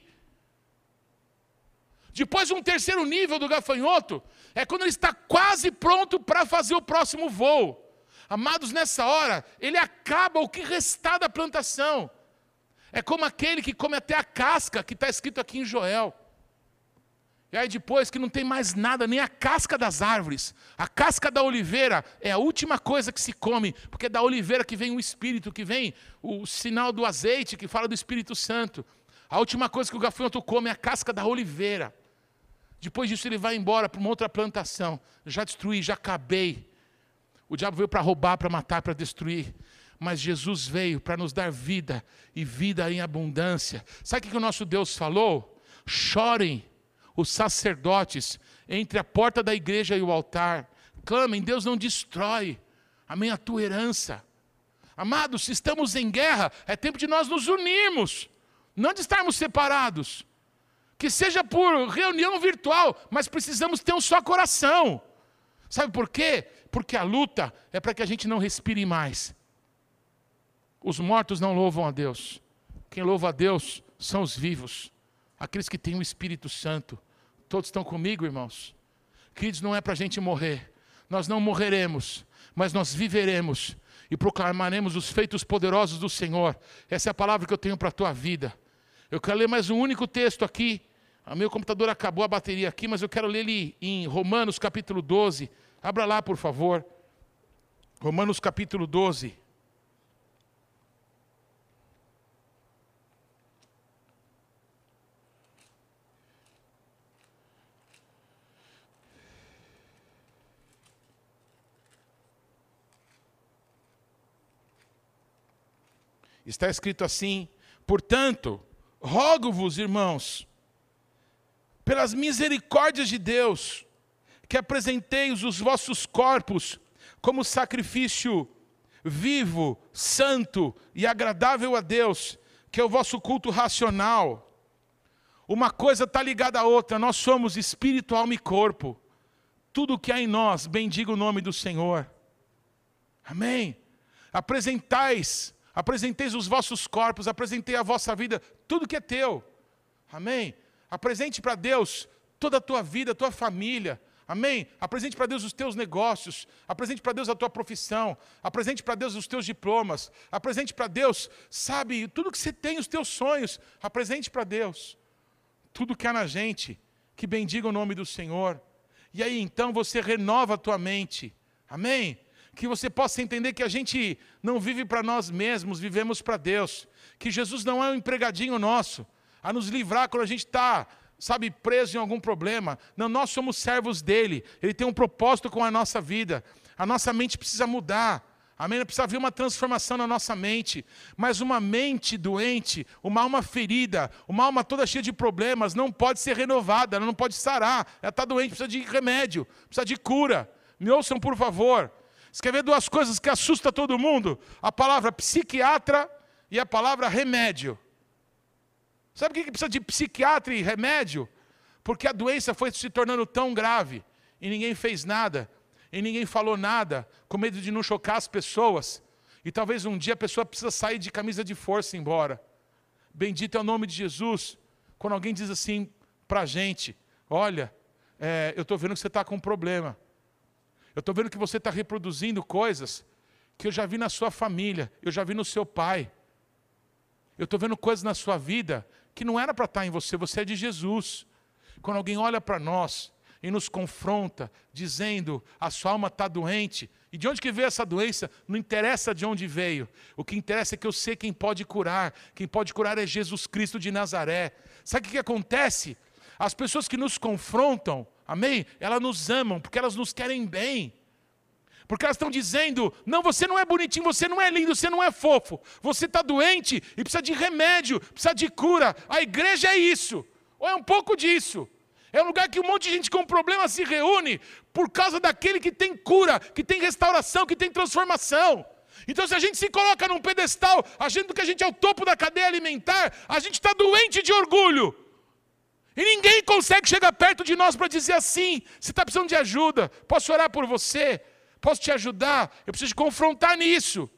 Depois, um terceiro nível do gafanhoto é quando ele está quase pronto para fazer o próximo voo. Amados, nessa hora, ele acaba o que restar da plantação. É como aquele que come até a casca, que está escrito aqui em Joel. E aí depois que não tem mais nada, nem a casca das árvores. A casca da oliveira é a última coisa que se come, porque é da oliveira que vem o Espírito, que vem o sinal do azeite, que fala do Espírito Santo. A última coisa que o gafanhoto come é a casca da oliveira. Depois disso ele vai embora para uma outra plantação. Já destruí, já acabei. O diabo veio para roubar, para matar, para destruir. Mas Jesus veio para nos dar vida, e vida em abundância. Sabe o que o nosso Deus falou? Chorem os sacerdotes entre a porta da igreja e o altar. Clamem, Deus não destrói. Amém, a tua herança. Amados, se estamos em guerra, é tempo de nós nos unirmos. Não de estarmos separados. Que seja por reunião virtual, mas precisamos ter um só coração. Sabe por quê? Porque a luta é para que a gente não respire mais. Os mortos não louvam a Deus. Quem louva a Deus são os vivos. Aqueles que têm o Espírito Santo. Todos estão comigo, irmãos? Queridos, não é para a gente morrer. Nós não morreremos. mas nós viveremos e proclamaremos os feitos poderosos do Senhor. Essa é a palavra que eu tenho para a tua vida. Eu quero ler mais um único texto aqui. O meu computador acabou a bateria aqui, mas eu quero ler ele em Romanos capítulo doze. Abra lá, por favor. Romanos capítulo doze. Está escrito assim: portanto, rogo-vos, irmãos, pelas misericórdias de Deus, que apresenteis os vossos corpos como sacrifício vivo, santo e agradável a Deus, que é o vosso culto racional. Uma coisa está ligada à outra, nós somos espírito, alma e corpo. Tudo que há em nós, bendiga o nome do Senhor. Amém? Apresentais, apresenteis os vossos corpos, apresentei a vossa vida, tudo que é teu. Amém? Apresente para Deus toda a tua vida, a tua família. Amém? Apresente para Deus os teus negócios, apresente para Deus a tua profissão, apresente para Deus os teus diplomas, apresente para Deus, sabe, tudo que você tem, os teus sonhos, apresente para Deus. Tudo que há na gente, que bendiga o nome do Senhor. E aí então você renova a tua mente. Amém? Que você possa entender que a gente não vive para nós mesmos, vivemos para Deus. Que Jesus não é um empregadinho nosso, a nos livrar quando a gente está, sabe, preso em algum problema. Não, nós somos servos dele. Ele tem um propósito com a nossa vida. A nossa mente precisa mudar. Amém? Precisa haver uma transformação na nossa mente. Mas uma mente doente, uma alma ferida, uma alma toda cheia de problemas, não pode ser renovada, ela não pode sarar. Ela está doente, precisa de remédio, precisa de cura. Me ouçam, por favor. Você quer ver duas coisas que assustam todo mundo? A palavra psiquiatra e a palavra remédio. Sabe por que precisa de psiquiatra e remédio? Porque a doença foi se tornando tão grave e ninguém fez nada, e ninguém falou nada, com medo de não chocar as pessoas. E talvez um dia a pessoa precisa sair de camisa de força e ir embora. Bendito é o nome de Jesus. Quando alguém diz assim para a gente: olha, é, eu estou vendo que você está com um problema. Eu estou vendo que você está reproduzindo coisas que eu já vi na sua família, eu já vi no seu pai. Eu estou vendo coisas na sua vida que não era para estar em você, você é de Jesus. Quando alguém olha para nós e nos confronta, dizendo: a sua alma está doente, e de onde que veio essa doença? Não interessa de onde veio. O que interessa é que eu sei quem pode curar. Quem pode curar é Jesus Cristo de Nazaré. Sabe o que, que acontece? As pessoas que nos confrontam, amém? Elas nos amam, porque elas nos querem bem. Porque elas estão dizendo: não, você não é bonitinho, você não é lindo, você não é fofo. Você está doente e precisa de remédio, precisa de cura. A igreja é isso, ou é um pouco disso. É um lugar que um monte de gente com problema se reúne por causa daquele que tem cura, que tem restauração, que tem transformação. Então se a gente se coloca num pedestal, achando que a gente é o topo da cadeia alimentar, a gente está doente de orgulho. E ninguém consegue chegar perto de nós para dizer assim: você está precisando de ajuda, posso orar por você? Posso te ajudar? Eu preciso te confrontar nisso.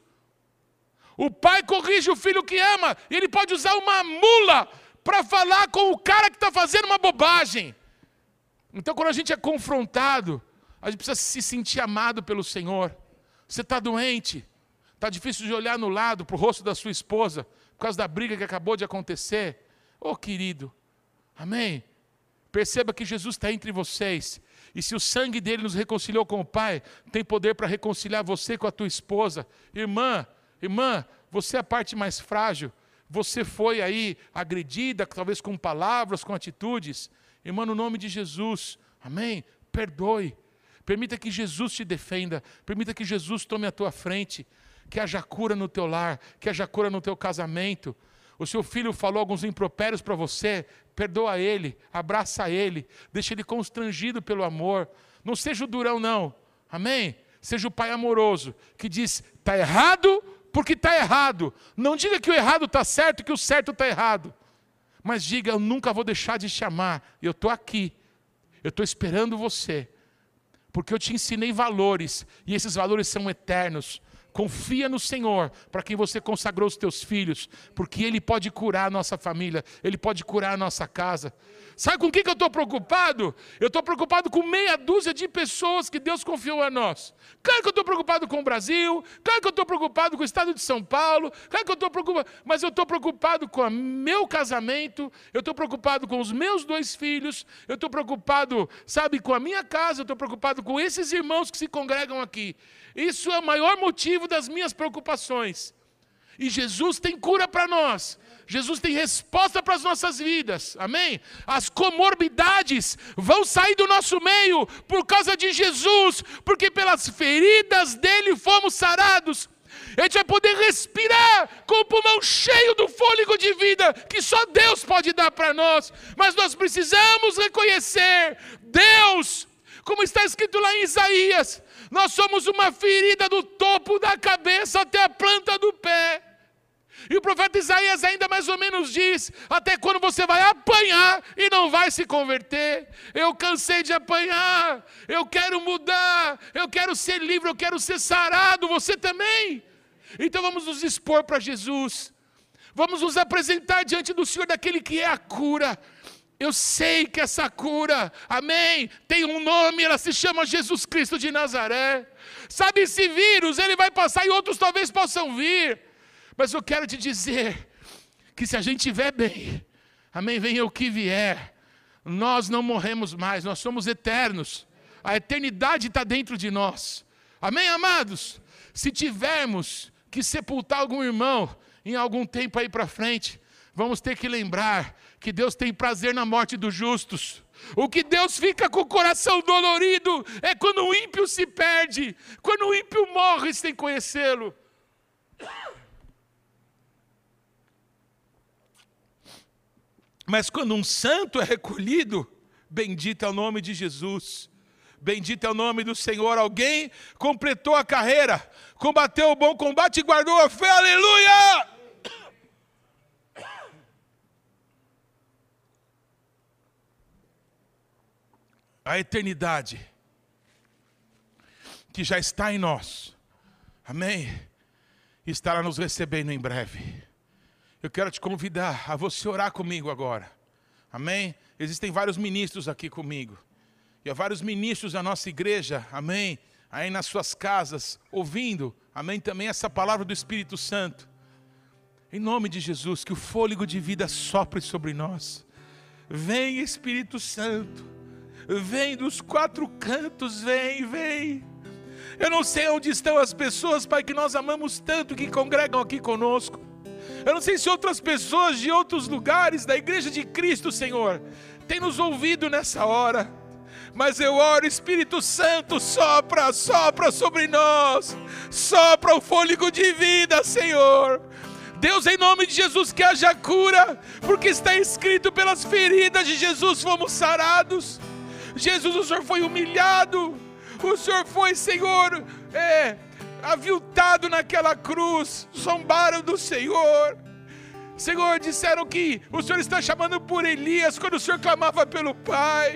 O pai corrige o filho que ama, e ele pode usar uma mula para falar com o cara que está fazendo uma bobagem. Então quando a gente é confrontado, a gente precisa se sentir amado pelo Senhor. Você está doente, está difícil de olhar no lado para o rosto da sua esposa, por causa da briga que acabou de acontecer. Ô querido, amém? Perceba que Jesus está entre vocês. E se o sangue dele nos reconciliou com o Pai, tem poder para reconciliar você com a tua esposa. Irmã, irmã, você é a parte mais frágil. Você foi aí agredida, talvez com palavras, com atitudes. Irmã, no nome de Jesus, amém? Perdoe. Permita que Jesus te defenda. Permita que Jesus tome a tua frente. Que haja cura no teu lar, que haja cura no teu casamento. O seu filho falou alguns impropérios para você, perdoa ele, abraça ele, deixa ele constrangido pelo amor. Não seja o durão não, amém? Seja o pai amoroso, que diz: está errado porque está errado. Não diga que o errado está certo e que o certo está errado. Mas diga: eu nunca vou deixar de te amar, eu estou aqui, eu estou esperando você. Porque eu te ensinei valores, e esses valores são eternos. Confia no Senhor, para quem você consagrou os teus filhos, porque Ele pode curar a nossa família, Ele pode curar a nossa casa. Sabe com o que eu estou preocupado? Eu estou preocupado com meia dúzia de pessoas que Deus confiou a nós. Claro que eu estou preocupado com o Brasil, claro que eu estou preocupado com o estado de São Paulo, claro que eu estou preocupado, mas eu estou preocupado com o meu casamento, eu estou preocupado com os meus dois filhos, eu estou preocupado, sabe, com a minha casa, eu estou preocupado com esses irmãos que se congregam aqui. Isso é o maior motivo das minhas preocupações. E Jesus tem cura para nós. Jesus tem resposta para as nossas vidas, amém? As comorbidades vão sair do nosso meio por causa de Jesus, porque pelas feridas dele fomos sarados. A gente vai poder respirar com o pulmão cheio do fôlego de vida que só Deus pode dar para nós. Mas nós precisamos reconhecer Deus, como está escrito lá em Isaías, nós somos uma ferida do topo da cabeça até a planta do pé. E o profeta Isaías ainda mais ou menos diz, até quando você vai apanhar e não vai se converter? Eu cansei de apanhar, eu quero mudar, eu quero ser livre, eu quero ser sarado, você também? Então vamos nos expor para Jesus, vamos nos apresentar diante do Senhor daquele que é a cura. Eu sei que essa cura, amém, tem um nome, ela se chama Jesus Cristo de Nazaré. Sabe, esse vírus, ele vai passar e outros talvez possam vir. Mas eu quero te dizer que se a gente estiver bem, amém, venha o que vier, nós não morremos mais, nós somos eternos. A eternidade está dentro de nós. Amém, amados? Se tivermos que sepultar algum irmão em algum tempo aí para frente, vamos ter que lembrar que Deus tem prazer na morte dos justos. O que Deus fica com o coração dolorido é quando o ímpio se perde, quando o ímpio morre sem conhecê-lo. Mas quando um santo é recolhido, bendito é o nome de Jesus, bendito é o nome do Senhor. Alguém completou a carreira, combateu o bom combate e guardou a fé, aleluia! A eternidade que já está em nós, amém, estará nos recebendo em breve. Eu quero te convidar a você orar comigo agora, amém? Existem vários ministros aqui comigo, e há vários ministros da nossa igreja, amém? Aí nas suas casas, ouvindo, amém? Também essa palavra do Espírito Santo. Em nome de Jesus, que o fôlego de vida sopre sobre nós. Vem, Espírito Santo, vem dos quatro cantos, vem, vem. Eu não sei onde estão as pessoas, Pai, que nós amamos tanto, que congregam aqui conosco. Eu não sei se outras pessoas de outros lugares da igreja de Cristo, Senhor, têm nos ouvido nessa hora. Mas eu oro, Espírito Santo, sopra, sopra sobre nós. Sopra o fôlego de vida, Senhor. Deus, em nome de Jesus, que haja cura, porque está escrito, pelas feridas de Jesus fomos sarados. Jesus, o Senhor foi humilhado. O Senhor foi, Senhor, é... aviltado naquela cruz, zombaram do Senhor. Senhor, disseram que o Senhor está chamando por Elias, quando o Senhor clamava pelo Pai.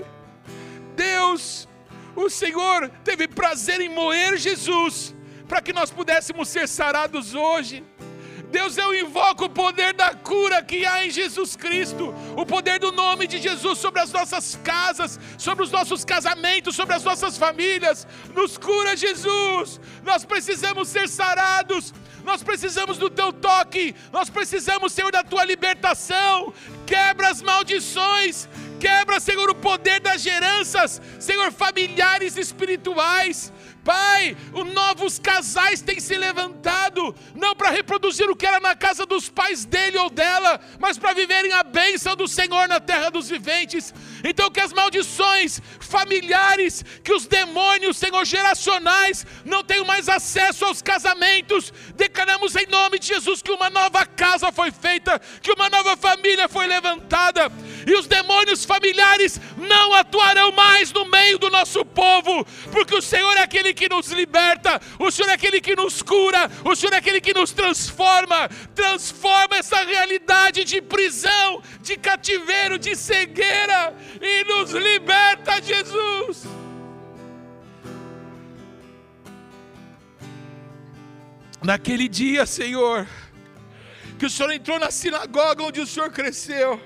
Deus, o Senhor teve prazer em moer Jesus, para que nós pudéssemos ser sarados hoje. Deus, eu invoco o poder da cura que há em Jesus Cristo, o poder do nome de Jesus sobre as nossas casas, sobre os nossos casamentos, sobre as nossas famílias. Nos cura, Jesus. Nós precisamos ser sarados, nós precisamos do teu toque, nós precisamos, Senhor, da tua libertação. Quebra as maldições, quebra, Senhor, o poder das heranças, Senhor, familiares e espirituais. Pai, os novos casais têm se levantado, não para reproduzir o que era na casa dos pais dele ou dela, mas para viverem a bênção do Senhor na terra dos viventes. Então que as maldições familiares, que os demônios, Senhor, geracionais, não tenham mais acesso aos casamentos. Declaramos em nome de Jesus que uma nova casa foi feita, que uma nova família foi levantada, e os demônios familiares não atuarão mais no meio do nosso povo, porque o Senhor é aquele que nos liberta, o Senhor é aquele que nos cura, o Senhor é aquele que nos transforma. Transforma essa realidade de prisão, de cativeiro, de cegueira, e nos liberta, Jesus. Naquele dia, Senhor, que o Senhor entrou na sinagoga onde o Senhor cresceu,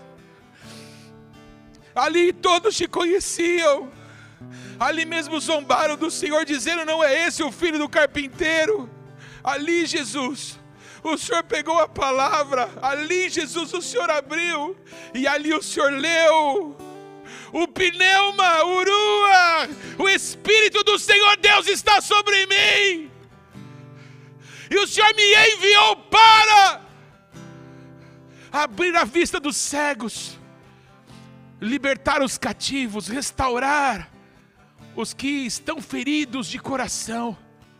ali todos te conheciam, ali mesmo zombaram do Senhor, dizendo: não é esse o filho do carpinteiro? Ali, Jesus, o Senhor pegou a palavra, ali, Jesus, o Senhor abriu, e ali o Senhor leu: o pneuma, urua, o Espírito do Senhor Deus está sobre mim, e o Senhor me enviou para abrir a vista dos cegos, libertar os cativos, restaurar os que estão feridos de coração,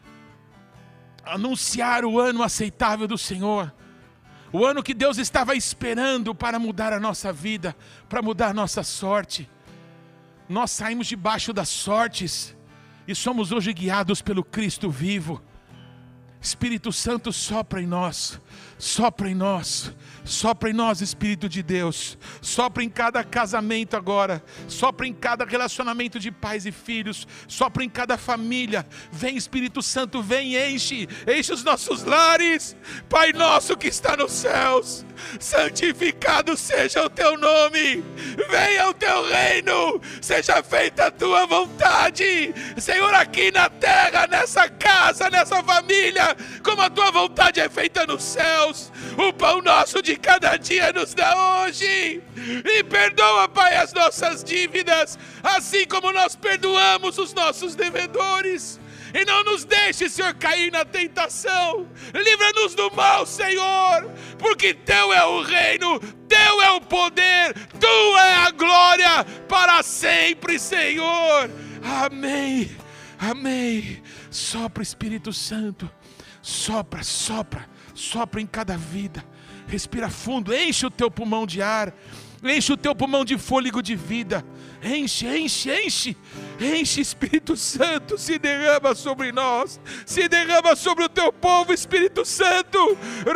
anunciar o ano aceitável do Senhor, o ano que Deus estava esperando para mudar a nossa vida, para mudar a nossa sorte. Nós saímos debaixo das sortes e somos hoje guiados pelo Cristo vivo. Espírito Santo, sopra em nós, sopra em nós, sopra em nós, Espírito de Deus, sopra em cada casamento agora, sopra em cada relacionamento de pais e filhos, sopra em cada família. Vem, Espírito Santo, vem, enche, enche os nossos lares. Pai nosso que está nos céus, santificado seja o teu nome, venha o teu reino, seja feita a tua vontade, Senhor, aqui na terra, nessa casa, nessa família, como a tua vontade é feita nos céus. O pão nosso de cada dia nos dá hoje, e perdoa, Pai, as nossas dívidas, assim como nós perdoamos os nossos devedores. E não nos deixe, Senhor, cair na tentação. Livra-nos do mal, Senhor, porque teu é o reino, teu é o poder, tua é a glória para sempre, Senhor. Amém, amém. Sopra, Espírito Santo, sopra, sopra, sopra em cada vida. Respira fundo, enche o teu pulmão de ar, enche o teu pulmão de fôlego de vida. Enche, enche, enche, enche, Espírito Santo, se derrama sobre nós, se derrama sobre o teu povo, Espírito Santo.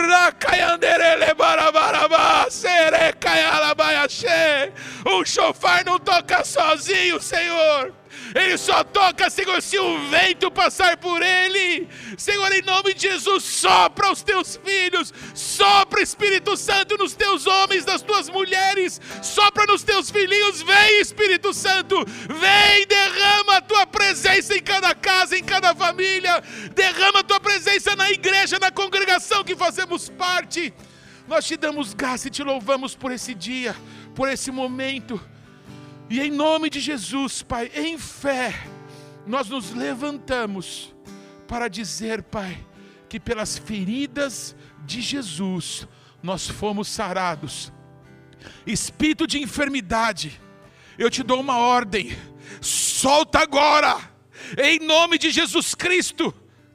Um chofar não toca sozinho, Senhor. Ele só toca, Senhor, se o vento passar por ele. Senhor, em nome de Jesus, sopra os teus filhos, sopra, Espírito Santo, nos teus homens, nas tuas mulheres, sopra nos teus filhinhos. Vem, Espírito Santo, vem, derrama a tua presença em cada casa, em cada família, derrama a tua presença na igreja, na congregação que fazemos parte. Nós te damos graça e te louvamos por esse dia, por esse momento. E em nome de Jesus, Pai, em fé, nós nos levantamos para dizer, Pai, que pelas feridas de Jesus nós fomos sarados. Espírito de enfermidade, eu te dou uma ordem, solta agora, em nome de Jesus Cristo.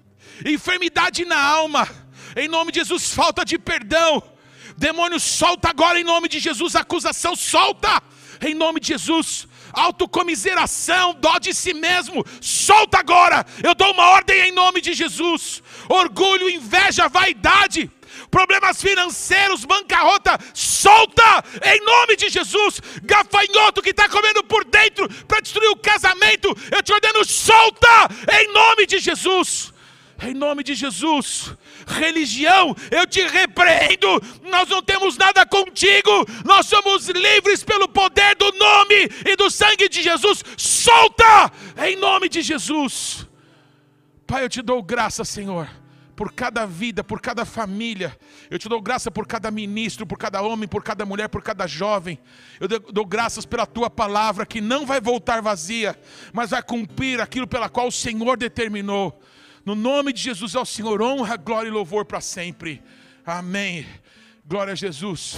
Enfermidade na alma, em nome de Jesus, falta de perdão, demônio, solta agora em nome de Jesus. Acusação, solta em nome de Jesus. Autocomiseração, dó de si mesmo, solta agora. Eu dou uma ordem em nome de Jesus. Orgulho, inveja, vaidade, problemas financeiros, bancarrota, solta em nome de Jesus. Gafanhoto que está comendo por dentro para destruir o casamento, eu te ordeno, solta em nome de Jesus. Em nome de Jesus. Religião, eu te repreendo, nós não temos nada contigo, nós somos livres pelo poder do nome e do sangue de Jesus. Solta em nome de Jesus. Pai, eu te dou graça, Senhor, por cada vida, por cada família. Eu te dou graça por cada ministro, por cada homem, por cada mulher, por cada jovem. Eu dou graças pela tua palavra, que não vai voltar vazia, mas vai cumprir aquilo pela qual o Senhor determinou. No nome de Jesus ao Senhor, honra, glória e louvor para sempre. Amém. Glória a Jesus.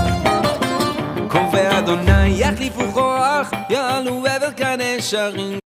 קום ואדוני יחליפו כוח, יעלו עבר כאן ישרים.